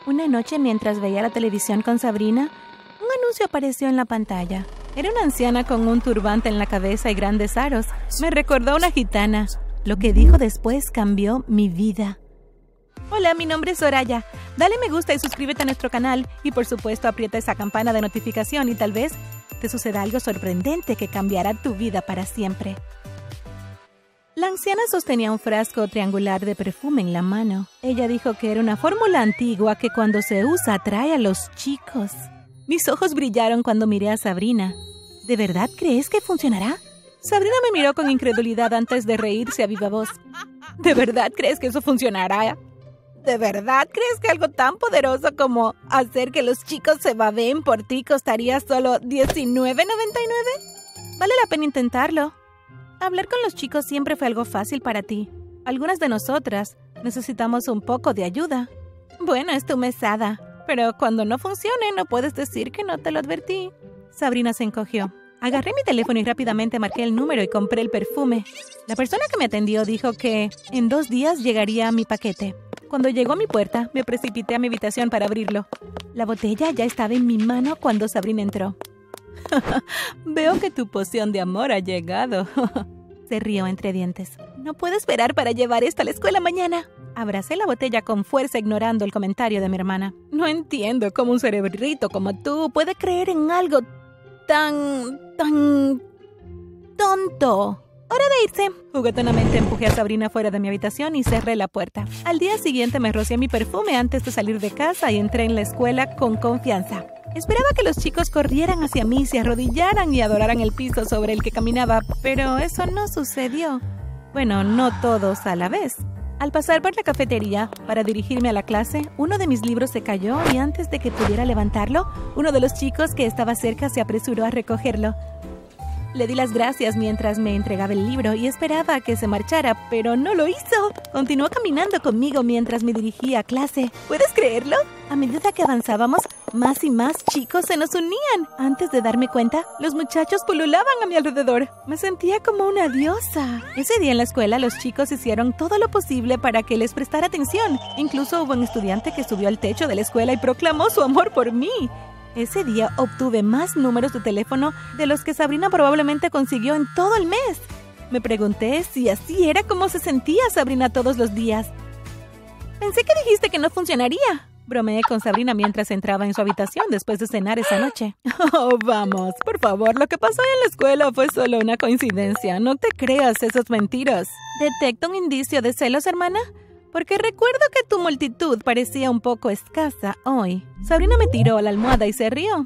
Una noche, mientras veía la televisión con Sabrina, un anuncio apareció en la pantalla. Era una anciana con un turbante en la cabeza y grandes aros. Me recordó a una gitana. Lo que dijo después cambió mi vida. Hola, mi nombre es Soraya. Dale me gusta y suscríbete a nuestro canal. Y por supuesto, aprieta esa campana de notificación y tal vez te suceda algo sorprendente que cambiará tu vida para siempre. La anciana sostenía un frasco triangular de perfume en la mano. Ella dijo que era una fórmula antigua que cuando se usa atrae a los chicos. Mis ojos brillaron cuando miré a Sabrina. ¿De verdad crees que funcionará? Sabrina me miró con incredulidad antes de reírse a viva voz. ¿De verdad crees que eso funcionará? ¿De verdad crees que algo tan poderoso como hacer que los chicos se babeen por ti costaría solo $19.99? Vale la pena intentarlo. Hablar con los chicos siempre fue algo fácil para ti. Algunas de nosotras necesitamos un poco de ayuda. Bueno, es tu mesada, pero cuando no funcione no puedes decir que no te lo advertí. Sabrina se encogió. Agarré mi teléfono y rápidamente marqué el número y compré el perfume. La persona que me atendió dijo que en 2 días llegaría mi paquete. Cuando llegó a mi puerta, me precipité a mi habitación para abrirlo. La botella ya estaba en mi mano cuando Sabrina entró. Veo que tu poción de amor ha llegado. Se rió entre dientes. No puedo esperar para llevar esto a la escuela mañana. Abracé la botella con fuerza ignorando el comentario de mi hermana. No entiendo cómo un cerebrito como tú puede creer en algo tan tonto. ¡Hora de irse! Juguetonamente empujé a Sabrina fuera de mi habitación y cerré la puerta. Al día siguiente me rocié mi perfume antes de salir de casa y entré en la escuela con confianza. Esperaba que los chicos corrieran hacia mí, se arrodillaran y adoraran el piso sobre el que caminaba, pero eso no sucedió. Bueno, no todos a la vez. Al pasar por la cafetería para dirigirme a la clase, uno de mis libros se cayó y antes de que pudiera levantarlo, uno de los chicos que estaba cerca se apresuró a recogerlo. Le di las gracias mientras me entregaba el libro y esperaba a que se marchara, pero no lo hizo. Continuó caminando conmigo mientras me dirigía a clase. ¿Puedes creerlo? A medida que avanzábamos, más y más chicos se nos unían. Antes de darme cuenta, los muchachos pululaban a mi alrededor. Me sentía como una diosa. Ese día en la escuela, los chicos hicieron todo lo posible para que les prestara atención. Incluso hubo un estudiante que subió al techo de la escuela y proclamó su amor por mí. Ese día obtuve más números de teléfono de los que Sabrina probablemente consiguió en todo el mes. Me pregunté si así era como se sentía Sabrina todos los días. Pensé que dijiste que no funcionaría. Bromeé con Sabrina mientras entraba en su habitación después de cenar esa noche. Oh, vamos, por favor, lo que pasó en la escuela fue solo una coincidencia. No te creas esas mentiras. ¿Detecto un indicio de celos, hermana? Porque recuerdo que tu multitud parecía un poco escasa hoy. Sabrina me tiró a la almohada y se rió.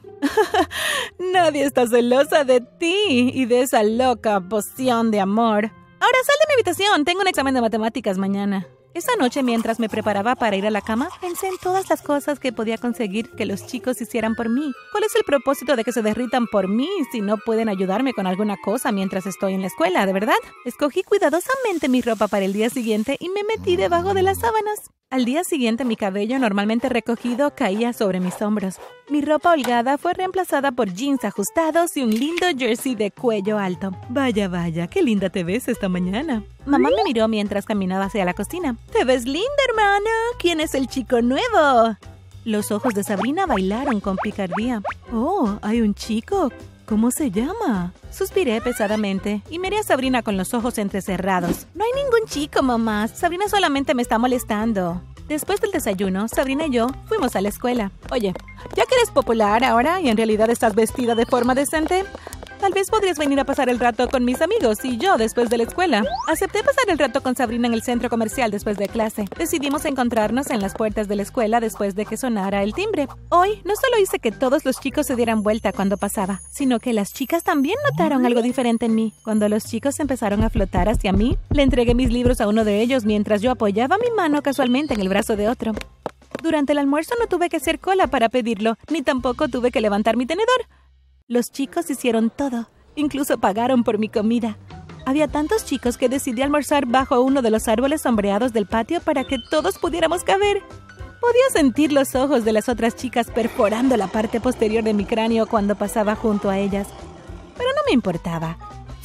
Nadie está celosa de ti y de esa loca poción de amor. Ahora sal de mi habitación, tengo un examen de matemáticas mañana. Esa noche, mientras me preparaba para ir a la cama, pensé en todas las cosas que podía conseguir que los chicos hicieran por mí. ¿Cuál es el propósito de que se derritan por mí si no pueden ayudarme con alguna cosa mientras estoy en la escuela, de verdad? Escogí cuidadosamente mi ropa para el día siguiente y me metí debajo de las sábanas. Al día siguiente, mi cabello, normalmente recogido, caía sobre mis hombros. Mi ropa holgada fue reemplazada por jeans ajustados y un lindo jersey de cuello alto. Vaya, vaya, qué linda te ves esta mañana. Mamá me miró mientras caminaba hacia la cocina. ¡Te ves linda, hermana! ¿Quién es el chico nuevo? Los ojos de Sabrina bailaron con picardía. ¡Oh, hay un chico! ¿Cómo se llama? Suspiré pesadamente y miré a Sabrina con los ojos entrecerrados. No hay ningún chico, mamá. Sabrina solamente me está molestando. Después del desayuno, Sabrina y yo fuimos a la escuela. Oye, ya que eres popular ahora y en realidad estás vestida de forma decente, tal vez podrías venir a pasar el rato con mis amigos y yo después de la escuela. Acepté pasar el rato con Sabrina en el centro comercial después de clase. Decidimos encontrarnos en las puertas de la escuela después de que sonara el timbre. Hoy no solo hice que todos los chicos se dieran vuelta cuando pasaba, sino que las chicas también notaron algo diferente en mí. Cuando los chicos empezaron a flotar hacia mí, le entregué mis libros a uno de ellos mientras yo apoyaba mi mano casualmente en el brazo de otro. Durante el almuerzo no tuve que hacer cola para pedirlo, ni tampoco tuve que levantar mi tenedor. Los chicos hicieron todo, incluso pagaron por mi comida. Había tantos chicos que decidí almorzar bajo uno de los árboles sombreados del patio para que todos pudiéramos caber. Podía sentir los ojos de las otras chicas perforando la parte posterior de mi cráneo cuando pasaba junto a ellas. Pero no me importaba.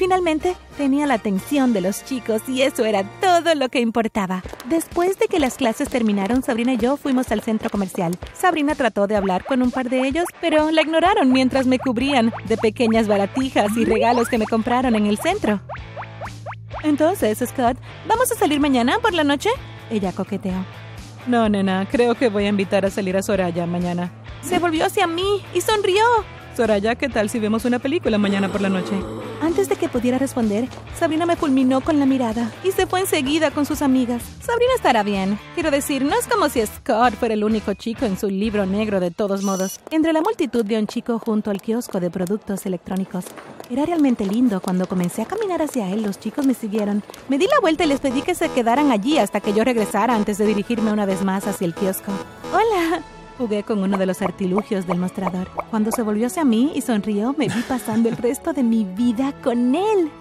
Finalmente, tenía la atención de los chicos y eso era todo lo que importaba. Después de que las clases terminaron, Sabrina y yo fuimos al centro comercial. Sabrina trató de hablar con un par de ellos, pero la ignoraron mientras me cubrían de pequeñas baratijas y regalos que me compraron en el centro. Entonces, Scott, ¿vamos a salir mañana por la noche? Ella coqueteó. No, nena, creo que voy a invitar a salir a Soraya mañana. Se volvió hacia mí y sonrió. Soraya, ¿qué tal si vemos una película mañana por la noche? Antes de que pudiera responder, Sabrina me fulminó con la mirada y se fue enseguida con sus amigas. Sabrina estará bien. Quiero decir, no es como si Scott fuera el único chico en su libro negro de todos modos. Entre la multitud vi a un chico junto al kiosco de productos electrónicos. Era realmente lindo. Cuando comencé a caminar hacia él, los chicos me siguieron. Me di la vuelta y les pedí que se quedaran allí hasta que yo regresara antes de dirigirme una vez más hacia el kiosco. ¡Hola! Jugué con uno de los artilugios del mostrador. Cuando se volvió hacia mí y sonrió, me vi pasando el resto de mi vida con él.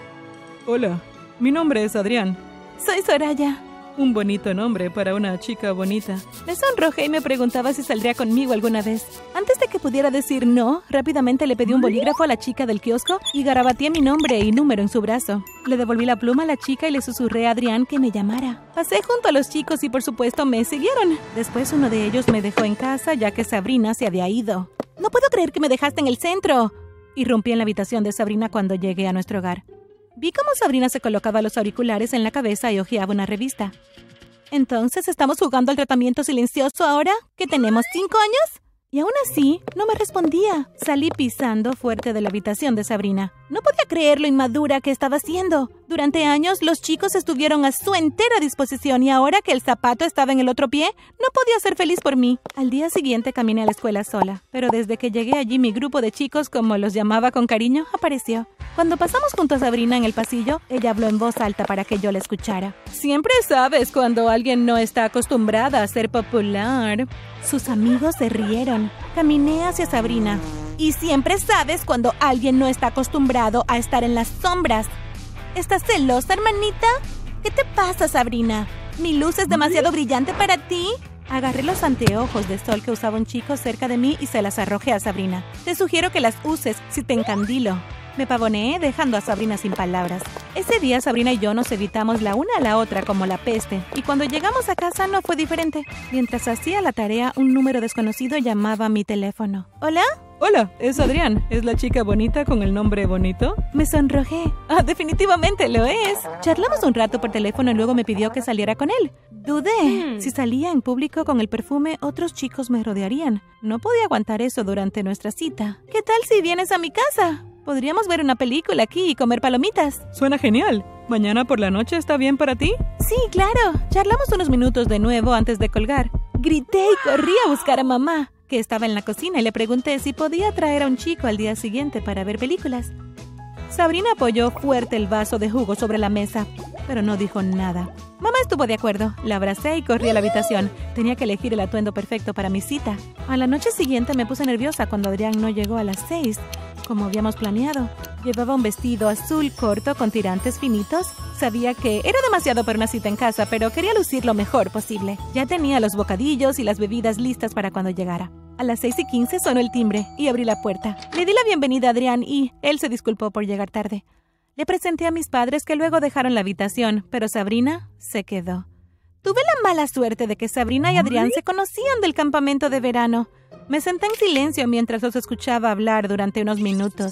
Hola, mi nombre es Adrián. Soy Soraya. Un bonito nombre para una chica bonita. Me sonrojé y me preguntaba si saldría conmigo alguna vez. Antes de que pudiera decir no, rápidamente le pedí un bolígrafo a la chica del kiosco y garabateé mi nombre y número en su brazo. Le devolví la pluma a la chica y le susurré a Adrián que me llamara. Pasé junto a los chicos y por supuesto me siguieron. Después uno de ellos me dejó en casa ya que Sabrina se había ido. ¡No puedo creer que me dejaste en el centro! Irrumpí en la habitación de Sabrina cuando llegué a nuestro hogar. Vi cómo Sabrina se colocaba los auriculares en la cabeza y hojeaba una revista. ¿Entonces estamos jugando al tratamiento silencioso ahora? ¿Que tenemos 5 años? Y aún así, no me respondía. Salí pisando fuerte de la habitación de Sabrina. No podía creer lo inmadura que estaba haciendo. Durante años, los chicos estuvieron a su entera disposición y ahora que el zapato estaba en el otro pie, no podía ser feliz por mí. Al día siguiente caminé a la escuela sola, pero desde que llegué allí mi grupo de chicos, como los llamaba con cariño, apareció. Cuando pasamos junto a Sabrina en el pasillo, ella habló en voz alta para que yo la escuchara. Siempre sabes cuando alguien no está acostumbrada a ser popular. Sus amigos se rieron. Caminé hacia Sabrina. Y siempre sabes cuando alguien no está acostumbrado a estar en las sombras. ¿Estás celosa, hermanita? ¿Qué te pasa, Sabrina? ¿Mi luz es demasiado brillante para ti? Agarré los anteojos de sol que usaba un chico cerca de mí y se las arrojé a Sabrina. Te sugiero que las uses si te encandilo. Me pavoneé dejando a Sabrina sin palabras. Ese día Sabrina y yo nos evitamos la una a la otra como la peste, y cuando llegamos a casa no fue diferente. Mientras hacía la tarea, un número desconocido llamaba a mi teléfono. ¿Hola? Hola, es Adrián. ¿Es la chica bonita con el nombre bonito? Me sonrojé. Ah, definitivamente lo es. Charlamos un rato por teléfono y luego me pidió que saliera con él. Dudé. Si salía en público con el perfume, otros chicos me rodearían. No podía aguantar eso durante nuestra cita. ¿Qué tal si vienes a mi casa? Podríamos ver una película aquí y comer palomitas. Suena genial. ¿Mañana por la noche está bien para ti? Sí, claro. Charlamos unos minutos de nuevo antes de colgar. Grité y corrí a buscar a mamá, que estaba en la cocina, y le pregunté si podía traer a un chico al día siguiente para ver películas. Sabrina apoyó fuerte el vaso de jugo sobre la mesa, pero no dijo nada. Mamá estuvo de acuerdo. La abracé y corrí a la habitación. Tenía que elegir el atuendo perfecto para mi cita. A la noche siguiente me puse nerviosa cuando Adrián no llegó a las 6, como habíamos planeado. Llevaba un vestido azul corto con tirantes finitos. Sabía que era demasiado para una cita en casa, pero quería lucir lo mejor posible. Ya tenía los bocadillos y las bebidas listas para cuando llegara. A las 6:15 sonó el timbre y abrí la puerta. Le di la bienvenida a Adrián y él se disculpó por llegar tarde. Le presenté a mis padres, que luego dejaron la habitación, pero Sabrina se quedó. Tuve la mala suerte de que Sabrina y Adrián se conocían del campamento de verano. Me senté en silencio mientras los escuchaba hablar durante unos minutos.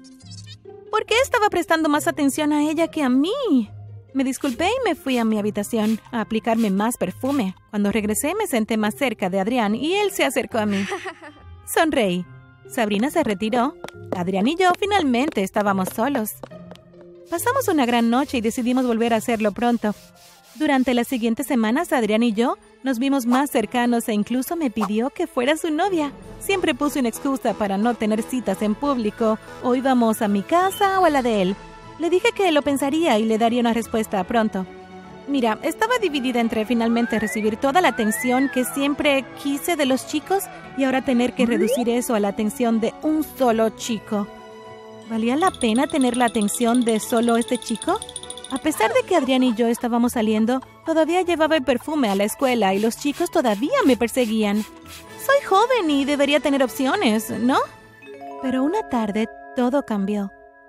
¿Por qué estaba prestando más atención a ella que a mí? Me disculpé y me fui a mi habitación a aplicarme más perfume. Cuando regresé me senté más cerca de Adrián y él se acercó a mí. Sonreí. Sabrina se retiró. Adrián y yo finalmente estábamos solos. Pasamos una gran noche y decidimos volver a hacerlo pronto. Durante las siguientes semanas, Adrián y yo nos vimos más cercanos e incluso me pidió que fuera su novia. Siempre puso una excusa para no tener citas en público, o íbamos a mi casa o a la de él. Le dije que lo pensaría y le daría una respuesta pronto. Mira, estaba dividida entre finalmente recibir toda la atención que siempre quise de los chicos y ahora tener que reducir eso a la atención de un solo chico. ¿Valía la pena tener la atención de solo este chico? A pesar de que Adrián y yo estábamos saliendo, todavía llevaba el perfume a la escuela y los chicos todavía me perseguían. Soy joven y debería tener opciones, ¿no? Pero una tarde todo cambió.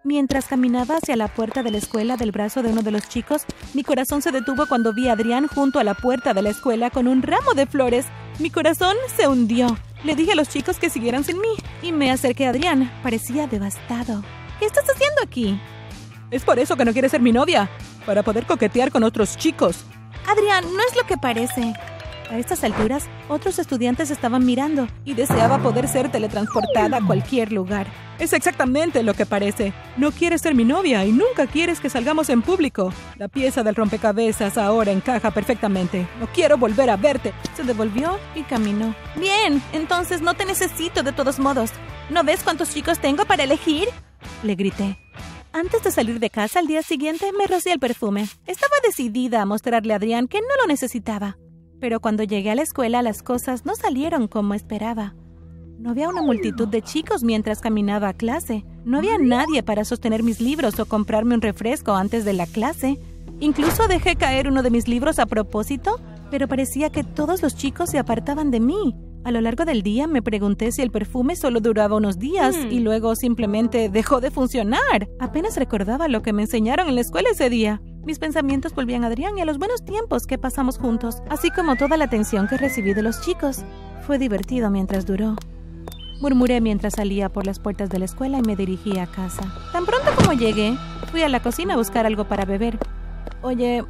Mientras caminaba hacia la puerta de la escuela del brazo de uno de los chicos, mi corazón se detuvo cuando vi a Adrián junto a la puerta de la escuela con un ramo de flores. Mi corazón se hundió. Le dije a los chicos que siguieran sin mí y me acerqué a Adrián. Parecía devastado. ¿Qué estás haciendo aquí? Es por eso que no quieres ser mi novia, para poder coquetear con otros chicos. Adrián, no es lo que parece. A estas alturas, otros estudiantes estaban mirando y deseaba poder ser teletransportada a cualquier lugar. Es exactamente lo que parece. No quieres ser mi novia y nunca quieres que salgamos en público. La pieza del rompecabezas ahora encaja perfectamente. No quiero volver a verte. Se devolvió y caminó. Bien, entonces no te necesito de todos modos. ¿No ves cuántos chicos tengo para elegir? Le grité. Antes de salir de casa al día siguiente, me rocié el perfume. Estaba decidida a mostrarle a Adrián que no lo necesitaba. Pero cuando llegué a la escuela, las cosas no salieron como esperaba. No había una multitud de chicos mientras caminaba a clase. No había nadie para sostener mis libros o comprarme un refresco antes de la clase. Incluso dejé caer uno de mis libros a propósito, pero parecía que todos los chicos se apartaban de mí. A lo largo del día me pregunté si el perfume solo duraba unos días y luego simplemente dejó de funcionar. Apenas recordaba lo que me enseñaron en la escuela ese día. Mis pensamientos volvían a Adrián y a los buenos tiempos que pasamos juntos, así como toda la atención que recibí de los chicos. Fue divertido mientras duró. Murmuré mientras salía por las puertas de la escuela y me dirigí a casa. Tan pronto como llegué, fui a la cocina a buscar algo para beber. Oye,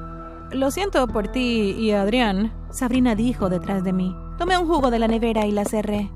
lo siento por ti y Adrián, Sabrina dijo detrás de mí. Tomé un jugo de la nevera y la cerré.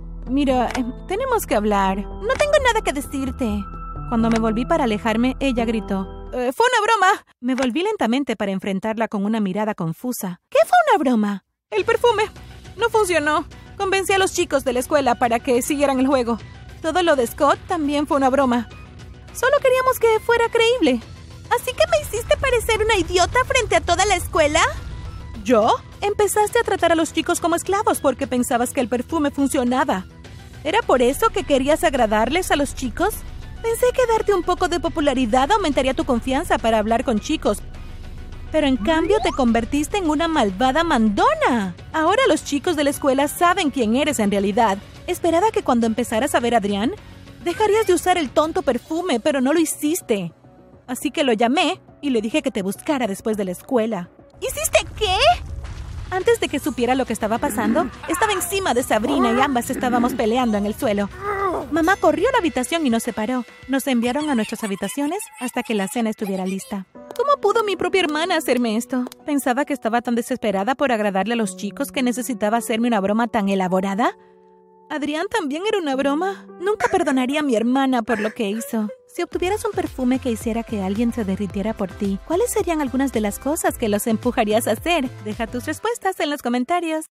Mira, tenemos que hablar. No tengo nada que decirte. Cuando me volví para alejarme, ella gritó. ¡Fue una broma! Me volví lentamente para enfrentarla con una mirada confusa. ¿Qué fue una broma? El perfume no funcionó. Convencí a los chicos de la escuela para que siguieran el juego. Todo lo de Scott también fue una broma. Solo queríamos que fuera creíble. ¿Así que me hiciste parecer una idiota frente a toda la escuela? ¿Yo? Empezaste a tratar a los chicos como esclavos porque pensabas que el perfume funcionaba. ¿Era por eso que querías agradarles a los chicos? Pensé que darte un poco de popularidad aumentaría tu confianza para hablar con chicos. Pero en cambio te convertiste en una malvada mandona. Ahora los chicos de la escuela saben quién eres en realidad. Esperaba que cuando empezaras a ver a Adrián, dejarías de usar el tonto perfume, pero no lo hiciste. Así que lo llamé y le dije que te buscara después de la escuela. ¿Hiciste qué? Antes de que supiera lo que estaba pasando, estaba encima de Sabrina y ambas estábamos peleando en el suelo. Mamá corrió a la habitación y nos separó. Nos enviaron a nuestras habitaciones hasta que la cena estuviera lista. ¿Cómo pudo mi propia hermana hacerme esto? Pensaba que estaba tan desesperada por agradarle a los chicos que necesitaba hacerme una broma tan elaborada. ¿Adrián también era una broma? Nunca perdonaría a mi hermana por lo que hizo. Si obtuvieras un perfume que hiciera que alguien se derritiera por ti, ¿cuáles serían algunas de las cosas que los empujarías a hacer? Deja tus respuestas en los comentarios.